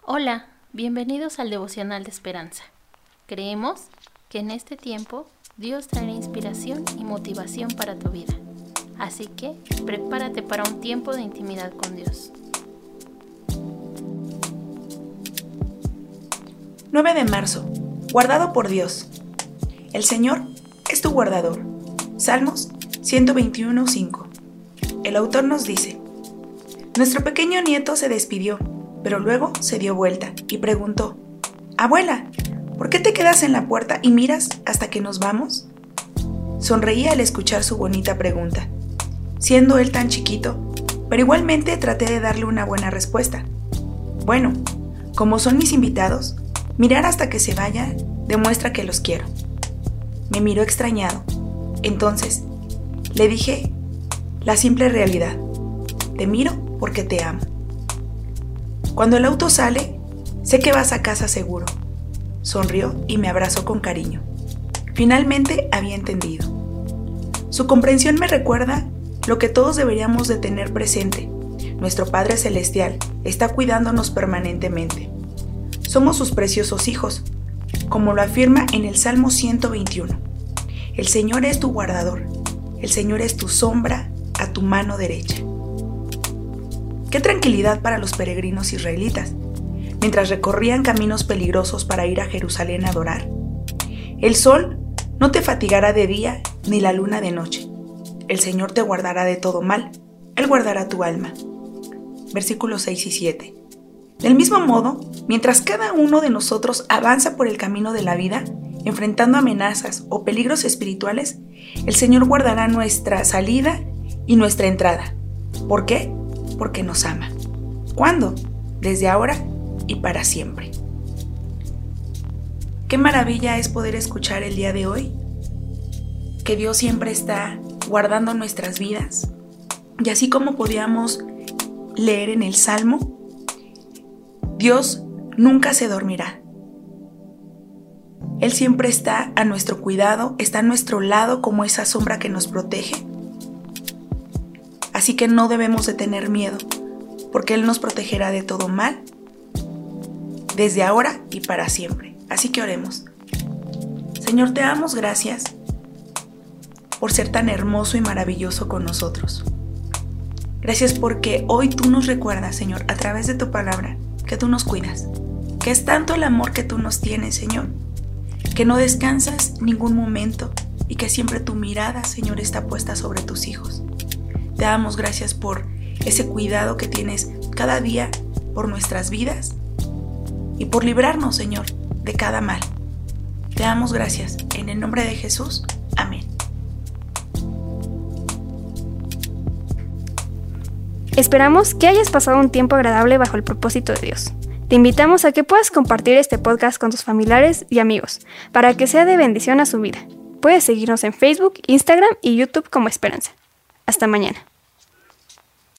Hola, bienvenidos al Devocional de Esperanza. Creemos que en este tiempo Dios traerá inspiración y motivación para tu vida. Así que prepárate para un tiempo de intimidad con Dios. 9 de marzo. Guardado por Dios. El Señor es tu guardador. Salmos 121:5. El autor nos dice: nuestro pequeño nieto se despidió, pero luego se dio vuelta y preguntó: Abuela, ¿por qué te quedas en la puerta y miras hasta que nos vamos? Sonreí al escuchar su bonita pregunta, siendo él tan chiquito, pero igualmente traté de darle una buena respuesta. Bueno, como son mis invitados, mirar hasta que se vayan demuestra que los quiero. Me miró extrañado. Entonces, le dije la simple realidad: te miro porque te amo. Cuando el auto sale, sé que vas a casa seguro. Sonrió y me abrazó con cariño. Finalmente había entendido. Su comprensión me recuerda lo que todos deberíamos de tener presente. Nuestro Padre Celestial está cuidándonos permanentemente. Somos sus preciosos hijos, como lo afirma en el Salmo 121. El Señor es tu guardador. El Señor es tu sombra a tu mano derecha. Qué tranquilidad para los peregrinos israelitas, mientras recorrían caminos peligrosos para ir a Jerusalén a adorar. El sol no te fatigará de día, ni la luna de noche. El Señor te guardará de todo mal, Él guardará tu alma. Versículos 6 y 7. Del mismo modo, mientras cada uno de nosotros avanza por el camino de la vida, enfrentando amenazas o peligros espirituales, el Señor guardará nuestra salida y nuestra entrada. ¿Por qué? Porque nos ama. ¿Cuándo? Desde ahora y para siempre. Qué maravilla es poder escuchar el día de hoy que Dios siempre está guardando nuestras vidas. Y así como podíamos leer en el Salmo, Dios nunca se dormirá. Él siempre está a nuestro cuidado, está a nuestro lado como esa sombra que nos protege. Así que no debemos de tener miedo, porque Él nos protegerá de todo mal, desde ahora y para siempre. Así que oremos. Señor, te damos gracias por ser tan hermoso y maravilloso con nosotros. Gracias porque hoy tú nos recuerdas, Señor, a través de tu palabra, que tú nos cuidas, que es tanto el amor que tú nos tienes, Señor, que no descansas ningún momento y que siempre tu mirada, Señor, está puesta sobre tus hijos. Te damos gracias por ese cuidado que tienes cada día por nuestras vidas y por librarnos, Señor, de cada mal. Te damos gracias en el nombre de Jesús. Amén. Esperamos que hayas pasado un tiempo agradable bajo el propósito de Dios. Te invitamos a que puedas compartir este podcast con tus familiares y amigos para que sea de bendición a su vida. Puedes seguirnos en Facebook, Instagram y YouTube como Esperanza. Hasta mañana.